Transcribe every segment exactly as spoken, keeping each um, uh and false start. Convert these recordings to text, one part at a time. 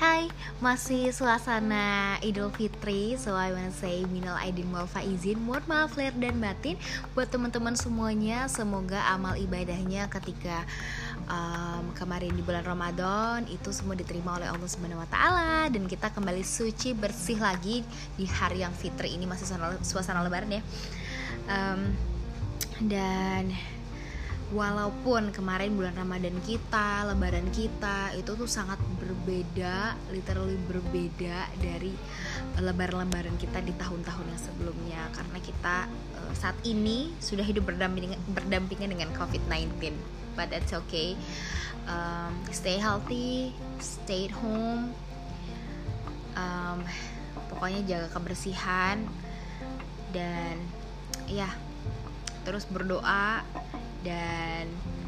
Hai, masih suasana Idul Fitri, so I wanna say minal aidin wal faizin, mohon maaf lahir dan batin buat teman-teman semuanya. Semoga amal ibadahnya ketika um, kemarin di bulan Ramadan itu semua diterima oleh Allah Subhanahu Wa Taala dan kita kembali suci bersih lagi di hari yang fitri ini, masih suasana, suasana lebaran ya. Um, dan Walaupun kemarin bulan Ramadan kita, Lebaran kita itu tuh sangat berbeda, literally berbeda dari lebaran-lebaran kita di tahun-tahun yang sebelumnya, karena kita uh, saat ini sudah hidup berdampingan, berdampingan dengan covid sembilan belas. But that's okay. Um, stay healthy, stay at home. Um, pokoknya jaga kebersihan dan ya terus berdoa dan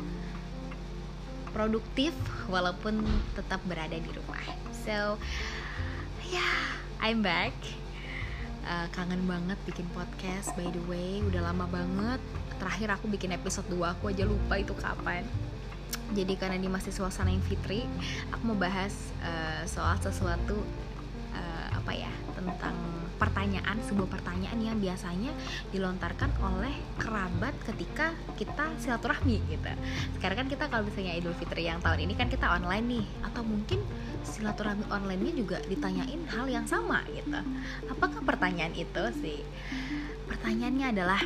produktif walaupun tetap berada di rumah. So, yeah, I'm back. Uh, kangen banget bikin podcast, by the way. Udah lama banget. Terakhir aku bikin episode dua, aku aja lupa itu kapan. Jadi karena ini masih suasana yang fitri, aku mau bahas uh, soal sesuatu uh, apa ya, tentang pertanyaan, sebuah pertanyaan yang biasanya dilontarkan oleh kerabat ketika kita silaturahmi gitu. Sekarang kan kita kalau misalnya Idul Fitri yang tahun ini kan kita online nih, atau mungkin silaturahmi online-nya juga ditanyain hal yang sama gitu. Apakah pertanyaan itu sih? Pertanyaannya adalah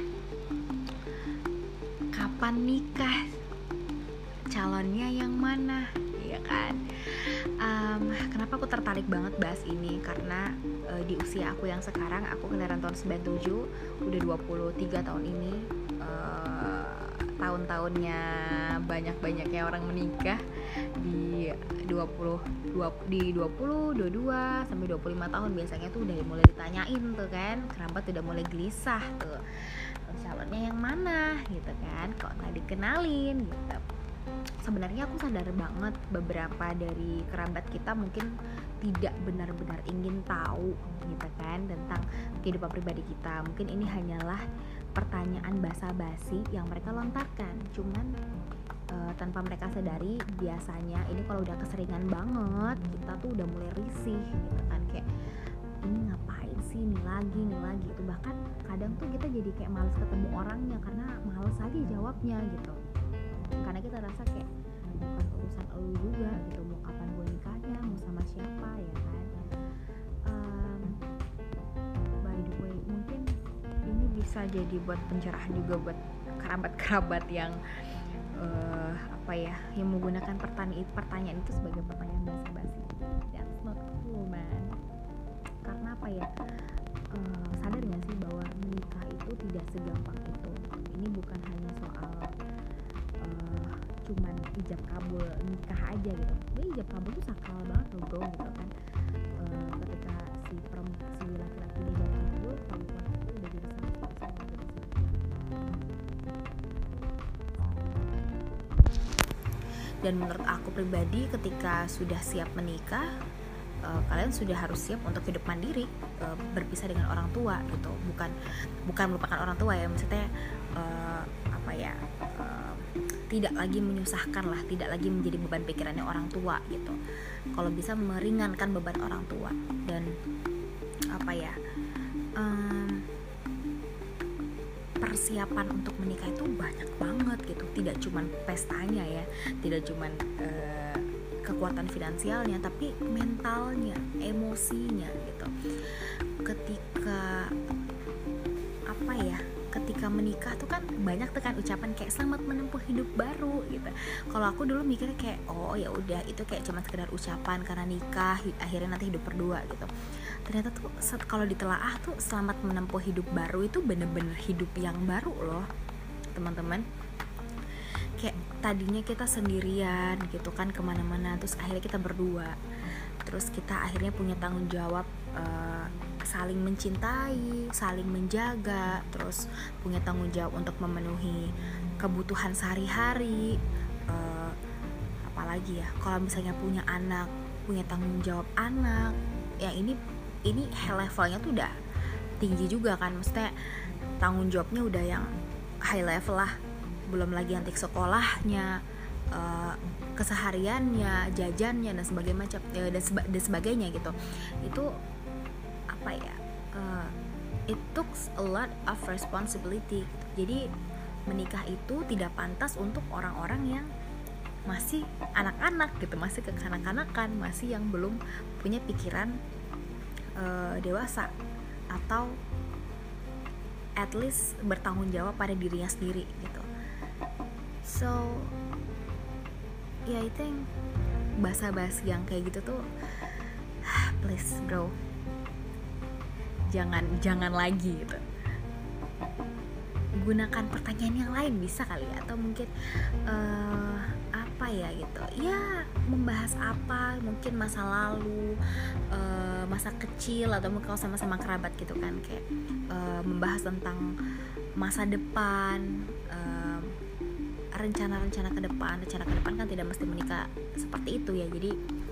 kapan nikah? Calonnya yang mana? Iya kan? Um, kenapa aku tertarik banget bahas ini? Karena uh, di usia aku yang sekarang, aku kelahiran tahun sembilan puluh tujuh, udah dua puluh tiga tahun ini, uh, tahun-tahunnya banyak-banyaknya orang menikah di dua puluh, di dua puluh, dua puluh dua sampai dua puluh lima tahun biasanya tuh udah mulai ditanyain tuh kan, kerabat udah mulai gelisah tuh, calonnya yang mana gitu kan, kok nggak dikenalin gitu. Sebenarnya aku sadar banget beberapa dari kerabat kita mungkin tidak benar-benar ingin tahu gitu kan tentang kehidupan pribadi kita. Mungkin ini hanyalah pertanyaan basa-basi yang mereka lontarkan. Cuman uh, tanpa mereka sadari, biasanya ini kalau udah keseringan banget, kita tuh udah mulai risih gitu kan, kayak ini ngapain sih, ini lagi, ini lagi itu. Bahkan kadang tuh kita jadi kayak males ketemu orangnya karena males aja jawabnya gitu. Karena kita rasa kayak bukan urusan elu juga gitu, mau kapan gue nikahnya, mau sama siapa ya kan. um, By the way, mungkin ini bisa jadi buat pencerahan juga buat kerabat-kerabat yang uh, apa ya, yang menggunakan pertanyaan pertanyaan itu sebagai pertanyaan basa-basi. That's not cool, man. Karena apa ya, uh, sadar gak sih bahwa menikah itu tidak segampang itu. Ini bukan hanya soal Uh, cuman ijab kabul nikah aja gitu. Ini ijab kabul tuh sakral banget loh bro gitu kan. Uh, ketika si perempuan, si laki-laki ijab kabul, perempuan itu udah jadi seratus persen dan menurut aku pribadi, ketika sudah siap menikah, uh, kalian sudah harus siap untuk hidup mandiri, uh, berpisah dengan orang tua gitu. Bukan bukan melupakan orang tua ya, maksudnya uh, apa ya, uh, tidak lagi menyusahkan lah, tidak lagi menjadi beban pikirannya orang tua gitu. Kalau bisa meringankan beban orang tua. Dan apa ya, um, persiapan untuk menikah itu banyak banget gitu. Tidak cuman pestanya ya, tidak cuman uh, kekuatan finansialnya, tapi mentalnya, emosinya gitu. Ketika apa ya, ketika menikah tuh kan banyak tuh kan ucapan kayak selamat menempuh hidup baru gitu. Kalau aku dulu mikirnya kayak oh ya udah, itu kayak cuma sekedar ucapan karena nikah akhirnya nanti hidup berdua gitu. Ternyata tuh kalau ditelaah tuh selamat menempuh hidup baru itu bener-bener hidup yang baru loh teman-teman. Kayak tadinya kita sendirian gitu kan kemana-mana, terus akhirnya kita berdua, terus kita akhirnya punya tanggung jawab, uh, saling mencintai, saling menjaga, terus punya tanggung jawab untuk memenuhi kebutuhan sehari-hari. Uh, apalagi ya, kalau misalnya punya anak, punya tanggung jawab anak. Yang ini ini levelnya tuh udah tinggi juga kan, maksudnya tanggung jawabnya udah yang high level lah. Belum lagi nanti sekolahnya, uh, kesehariannya, jajannya dan sebagainya macam uh, dan, seba, dan sebagainya gitu. Itu apa ya? Uh, it took a lot of responsibility. Jadi menikah itu tidak pantas untuk orang-orang yang masih anak-anak gitu, masih kekanak-kanakan, masih yang belum punya pikiran uh, dewasa atau at least bertanggung jawab pada dirinya sendiri gitu. So ya, yeah, I think basa-basi yang kayak gitu tuh please bro, jangan jangan lagi gitu. Gunakan pertanyaan yang lain bisa kali ya, atau mungkin uh, apa ya gitu ya, membahas apa, mungkin masa lalu, uh, masa kecil, atau mungkin kalau sama-sama kerabat gitu kan, kayak uh, membahas tentang masa depan, uh, rencana-rencana ke depan. Rencana ke depan kan tidak mesti menikah seperti itu ya. Jadi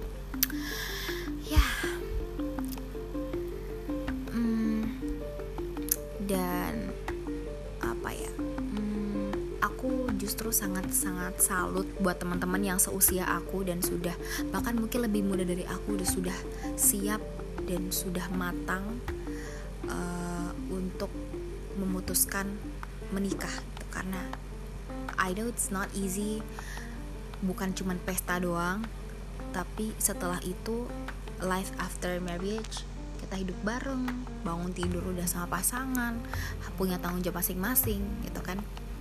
ya hmm, dan apa ya, hmm, aku justru sangat-sangat salut buat teman-teman yang seusia aku dan sudah, bahkan mungkin lebih muda dari aku, udah sudah siap dan sudah matang uh, untuk memutuskan menikah gitu. Karena I know it's not easy, bukan cuman pesta doang, tapi setelah itu life after marriage, kita hidup bareng, bangun tidur udah sama pasangan, punya tanggung jawab masing-masing gitu kan.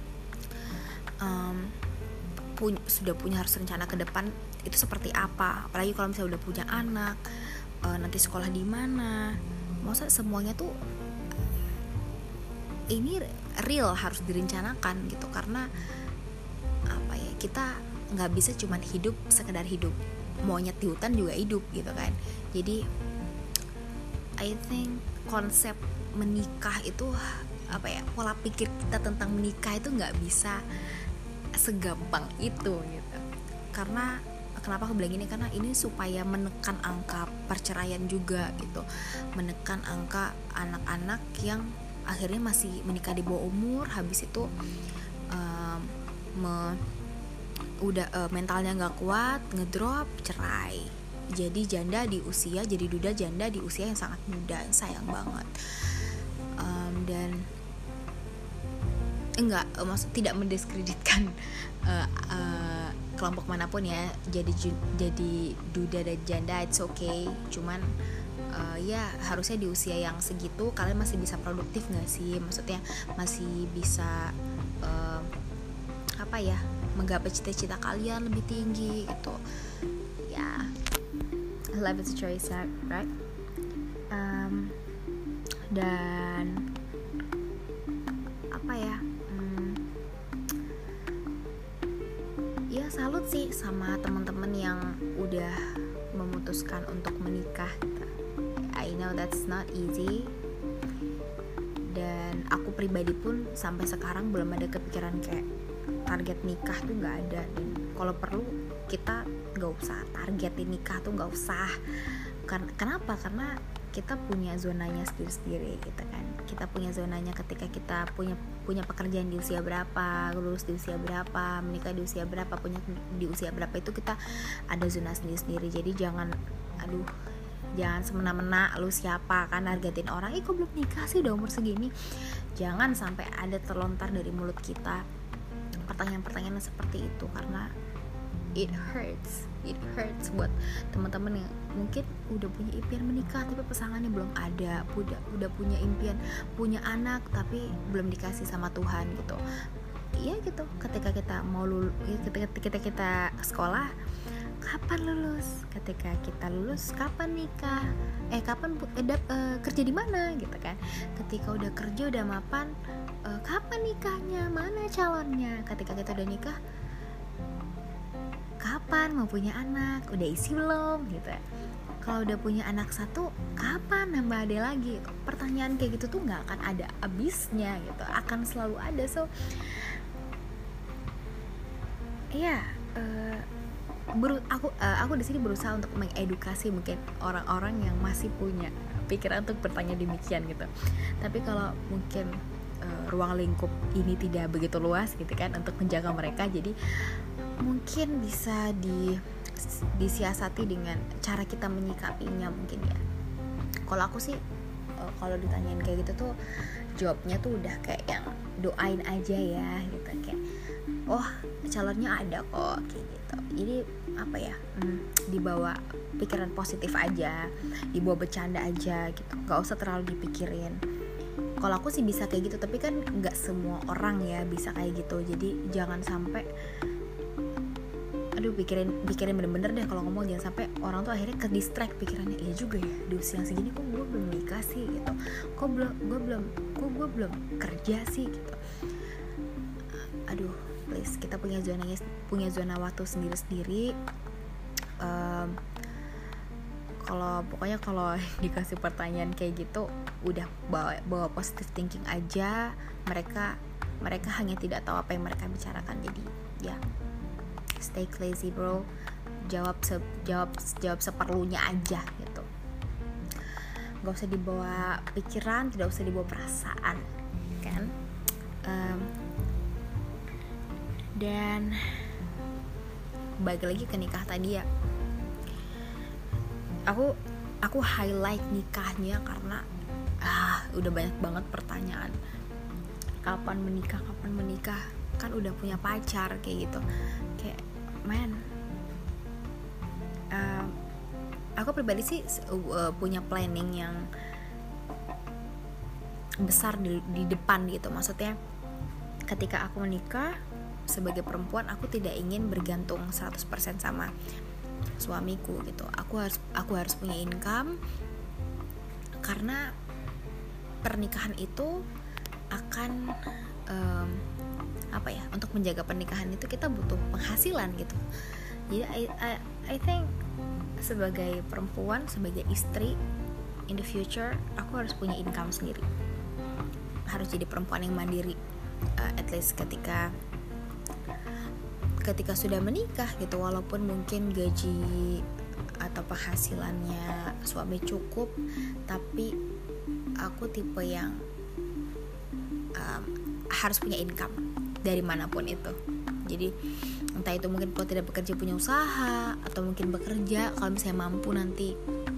Um, punya, sudah punya harus rencana ke depan itu seperti apa, apalagi kalau misalnya udah punya anak, uh, nanti sekolah di mana, maksudnya semuanya tuh ini real harus direncanakan gitu. Karena apa ya, kita nggak bisa cuman hidup sekedar hidup, monyet di hutan juga hidup gitu kan. Jadi I think konsep menikah itu apa ya, pola pikir kita tentang menikah itu nggak bisa segampang itu gitu. Karena kenapa aku bilang ini, karena ini supaya menekan angka perceraian juga gitu, menekan angka anak-anak yang akhirnya masih menikah di bawah umur, habis itu um, me, udah uh, mentalnya nggak kuat, ngedrop, cerai, jadi janda di usia, jadi duda janda di usia yang sangat muda, sayang banget. Um, dan enggak, uh, maksud tidak mendiskreditkan uh, uh, kelompok manapun ya, jadi jadi duda dan janda it's okay, cuman uh, ya harusnya di usia yang segitu kalian masih bisa produktif nggak sih, maksudnya masih bisa uh, apa ya, menggapai cita-cita kalian lebih tinggi gitu ya. Life is a choice, right? Um, dan apa ya, hmm, ya salut sih sama teman-teman yang udah memutuskan untuk menikah gitu. I know that's not easy, dan aku pribadi pun sampai sekarang belum ada kepikiran kayak target nikah tuh nggak ada. Dan kalau perlu kita nggak usah targetin nikah tuh, nggak usah. Kenapa? Karena kita punya zonanya sendiri-sendiri gitu kan. Kita punya zonanya ketika kita punya punya pekerjaan di usia berapa, lulus di usia berapa, menikah di usia berapa, punya di usia berapa, itu kita ada zona sendiri-sendiri. Jadi jangan, aduh, jangan semena-mena lu siapa kan nargetin orang, ih kok belum nikah sih udah umur segini. Jangan sampai ada terlontar dari mulut kita pertanyaan-pertanyaan seperti itu, karena it hurts, it hurts buat teman-teman yang mungkin udah punya impian menikah tapi pasangannya belum ada, udah udah punya impian punya anak tapi belum dikasih sama Tuhan gitu. Iya gitu, ketika kita mau lulus, ketika kita kita sekolah, kapan lulus? Ketika kita lulus, kapan nikah? Eh kapan edap, eh, kerja di mana gitu kan? Ketika udah kerja udah mapan, eh, kapan nikahnya? Mana calonnya? Ketika kita udah nikah, kapan mau punya anak? Udah isi belum gitu ya? Kalau udah punya anak satu, kapan nambah adik lagi? Pertanyaan kayak gitu tuh nggak akan ada habisnya gitu, akan selalu ada. So ya, uh, beru- aku uh, aku di sini berusaha untuk mengedukasi mungkin orang-orang yang masih punya pikiran untuk bertanya demikian gitu. Tapi kalau mungkin uh, ruang lingkup ini tidak begitu luas gitu kan untuk menjaga mereka, jadi mungkin bisa di disiasati dengan cara kita menyikapinya mungkin ya. Kalau aku sih uh, kalau ditanyain kayak gitu tuh jawabnya tuh udah kayak yang doain aja ya gitu, kayak oh calonnya ada kok kayak gitu. Jadi apa ya, hmm, dibawa pikiran positif aja, dibawa bercanda aja gitu, nggak usah terlalu dipikirin. Kalau aku sih bisa kayak gitu, tapi kan nggak semua orang ya bisa kayak gitu. Jadi jangan sampai aduh pikirin pikirin bener-bener deh kalau ngomong, jangan sampai orang tuh akhirnya ke distract pikirannya. Iya juga ya, di usia yang segini kok gue belum nikah sih gitu, kok belum gue belum kok gue belum kerja sih gitu. Aduh please, kita punya zona punya zona waktu sendiri-sendiri. um, kalau pokoknya kalau dikasih pertanyaan kayak gitu udah bawa bawa positive thinking aja. Mereka mereka hanya tidak tahu apa yang mereka bicarakan. Jadi ya stay crazy bro, jawab se, jawab jawab seperlunya aja gitu. Gak usah dibawa pikiran, tidak usah dibawa perasaan kan. um, dan balik lagi ke nikah tadi ya, aku aku highlight nikahnya karena ah udah banyak banget pertanyaan, kapan menikah kapan menikah kan udah punya pacar kayak gitu. Kayak man, uh, aku pribadi sih uh, punya planning yang besar di, di depan gitu. Maksudnya ketika aku menikah sebagai perempuan, aku tidak ingin bergantung seratus persen sama suamiku gitu. Aku harus aku harus punya income, karena pernikahan itu akan um, apa ya, untuk menjaga pernikahan itu kita butuh penghasilan gitu. Jadi I, I, I think sebagai perempuan, sebagai istri in the future, aku harus punya income sendiri, harus jadi perempuan yang mandiri. uh, at least ketika ketika sudah menikah gitu, walaupun mungkin gaji atau penghasilannya suami cukup, tapi aku tipe yang um, harus punya income dari manapun itu. Jadi entah itu mungkin kalau tidak bekerja punya usaha, atau mungkin bekerja kalau misalnya mampu nanti.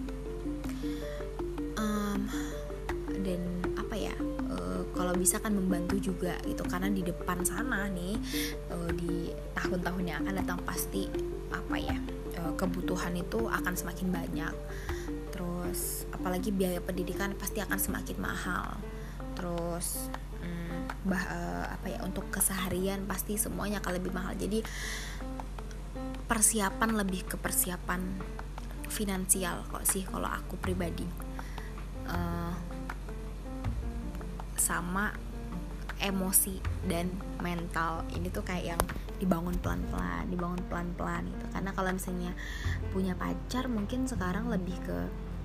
Um, dan apa ya, uh, kalau bisa kan membantu juga gitu, karena di depan sana nih uh, di tahun-tahun yang akan datang pasti apa ya, uh, kebutuhan itu akan semakin banyak. Terus apalagi biaya pendidikan pasti akan semakin mahal. Terus Bah, uh, apa ya, untuk keseharian pasti semuanya akan lebih mahal. Jadi persiapan lebih ke persiapan finansial kok sih kalau aku pribadi, uh, sama emosi dan mental ini tuh kayak yang dibangun pelan-pelan, dibangun pelan-pelan gitu. Karena kalau misalnya punya pacar mungkin sekarang lebih ke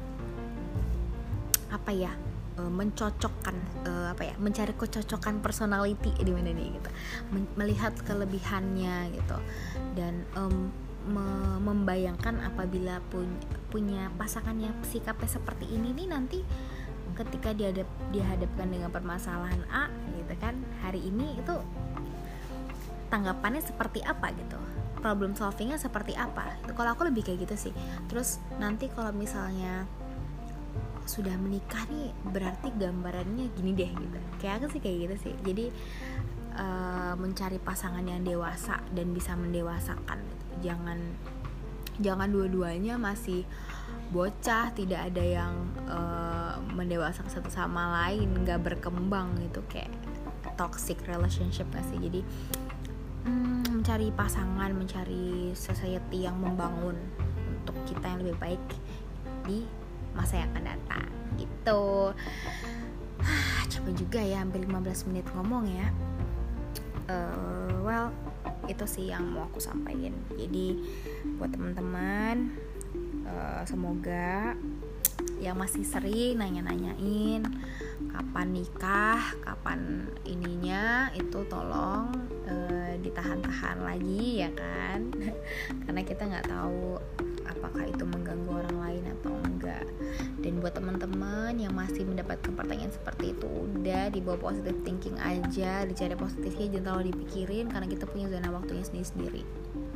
apa ya, mencocokkan uh, apa ya mencari kecocokan personality di mana nih gitu, Men- melihat kelebihannya gitu, dan um, me- membayangkan apabila pun- punya pasangannya sikapnya seperti ini nih, nanti ketika dihadap dihadapkan dengan permasalahan A gitu kan, hari ini itu tanggapannya seperti apa gitu, problem solvingnya seperti apa gitu. Kalau aku lebih kayak gitu sih. Terus nanti kalau misalnya sudah menikah nih, berarti gambarannya gini deh gitu. Kayak aku sih kayak gitu sih. Jadi uh, mencari pasangan yang dewasa dan bisa mendewasakan gitu. Jangan jangan dua-duanya masih bocah, tidak ada yang uh, mendewasakan satu sama lain, nggak berkembang gitu, kayak toxic relationship gak sih. Jadi hmm, mencari pasangan, mencari society yang membangun untuk kita yang lebih baik di masa yang akan datang gitu. Capek juga ya, hampir lima belas menit ngomong ya. uh, Well, itu sih yang mau aku sampaikan. Jadi buat teman-teman, uh, semoga yang masih sering nanya-nanyain kapan nikah, kapan ininya, itu tolong uh, ditahan-tahan lagi ya kan. Karena kita nggak tahu apakah itu mengganggu orang lain atau enggak. Dan buat teman-teman yang masih mendapatkan pertanyaan seperti itu, udah dibawa positive thinking aja, dicari positifnya, jangan terlalu dipikirin, karena kita punya zona waktunya sendiri-sendiri.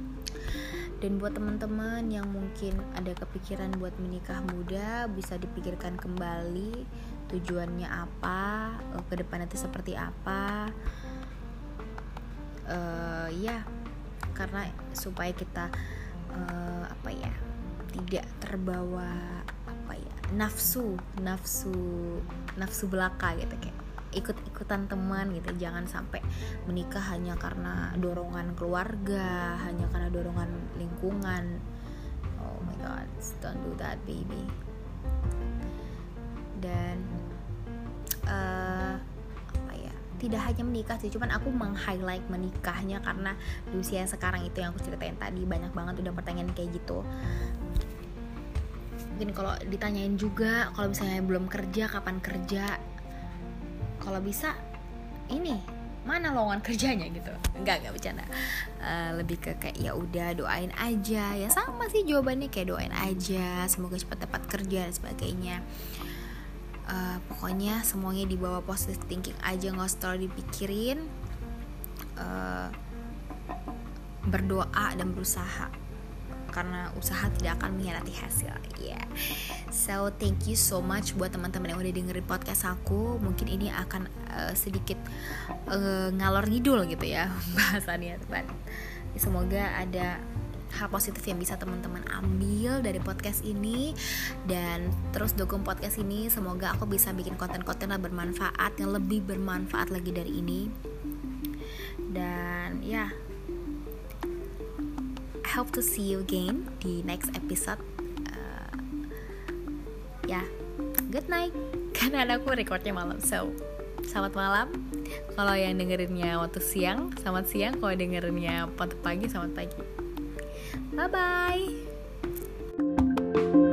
Dan buat teman-teman yang mungkin ada kepikiran buat menikah muda, bisa dipikirkan kembali tujuannya apa, ke depan itu seperti apa. Uh, ya, karena supaya kita uh, apa ya, tidak terbawa apa ya, nafsu, nafsu, nafsu belaka gitu, kayak ikut-ikutan teman gitu. Jangan sampai menikah hanya karena dorongan keluarga, hanya karena dorongan lingkungan. Oh my god, don't do that baby. Dan uh, apa ya, tidak hanya menikah sih, cuman aku meng-highlight menikahnya karena di usia sekarang itu yang aku ceritain tadi, banyak banget udah pertanyaan kayak gitu. Mungkin kalau ditanyain juga, kalau misalnya belum kerja, kapan kerja? Kalau bisa ini mana lowongan kerjanya gitu. Enggak, enggak bercanda. Uh, lebih ke kayak ya udah doain aja. Ya sama sih jawabannya, kayak doain aja, semoga cepat dapat kerja dan sebagainya. Uh, pokoknya semuanya dibawa positive thinking aja, nggak usah terlalu dipikirin. Uh, berdoa dan berusaha, karena usaha tidak akan mengkhianati hasil. Yeah. So thank you so much buat teman-teman yang udah dengerin podcast aku. Mungkin ini akan uh, sedikit uh, ngalor ngidul gitu ya bahasannya, teman. Semoga ada hal positif yang bisa teman-teman ambil dari podcast ini, dan terus dukung podcast ini. Semoga aku bisa bikin konten-konten yang bermanfaat, yang lebih bermanfaat lagi dari ini. Dan ya, yeah, I hope to see you again di next episode. uh, Ya, yeah, good night. Karena aku recordnya malam, so selamat malam. Kalau yang dengerinnya waktu siang, selamat siang. Kalau dengerinnya waktu pagi, selamat pagi. Bye bye.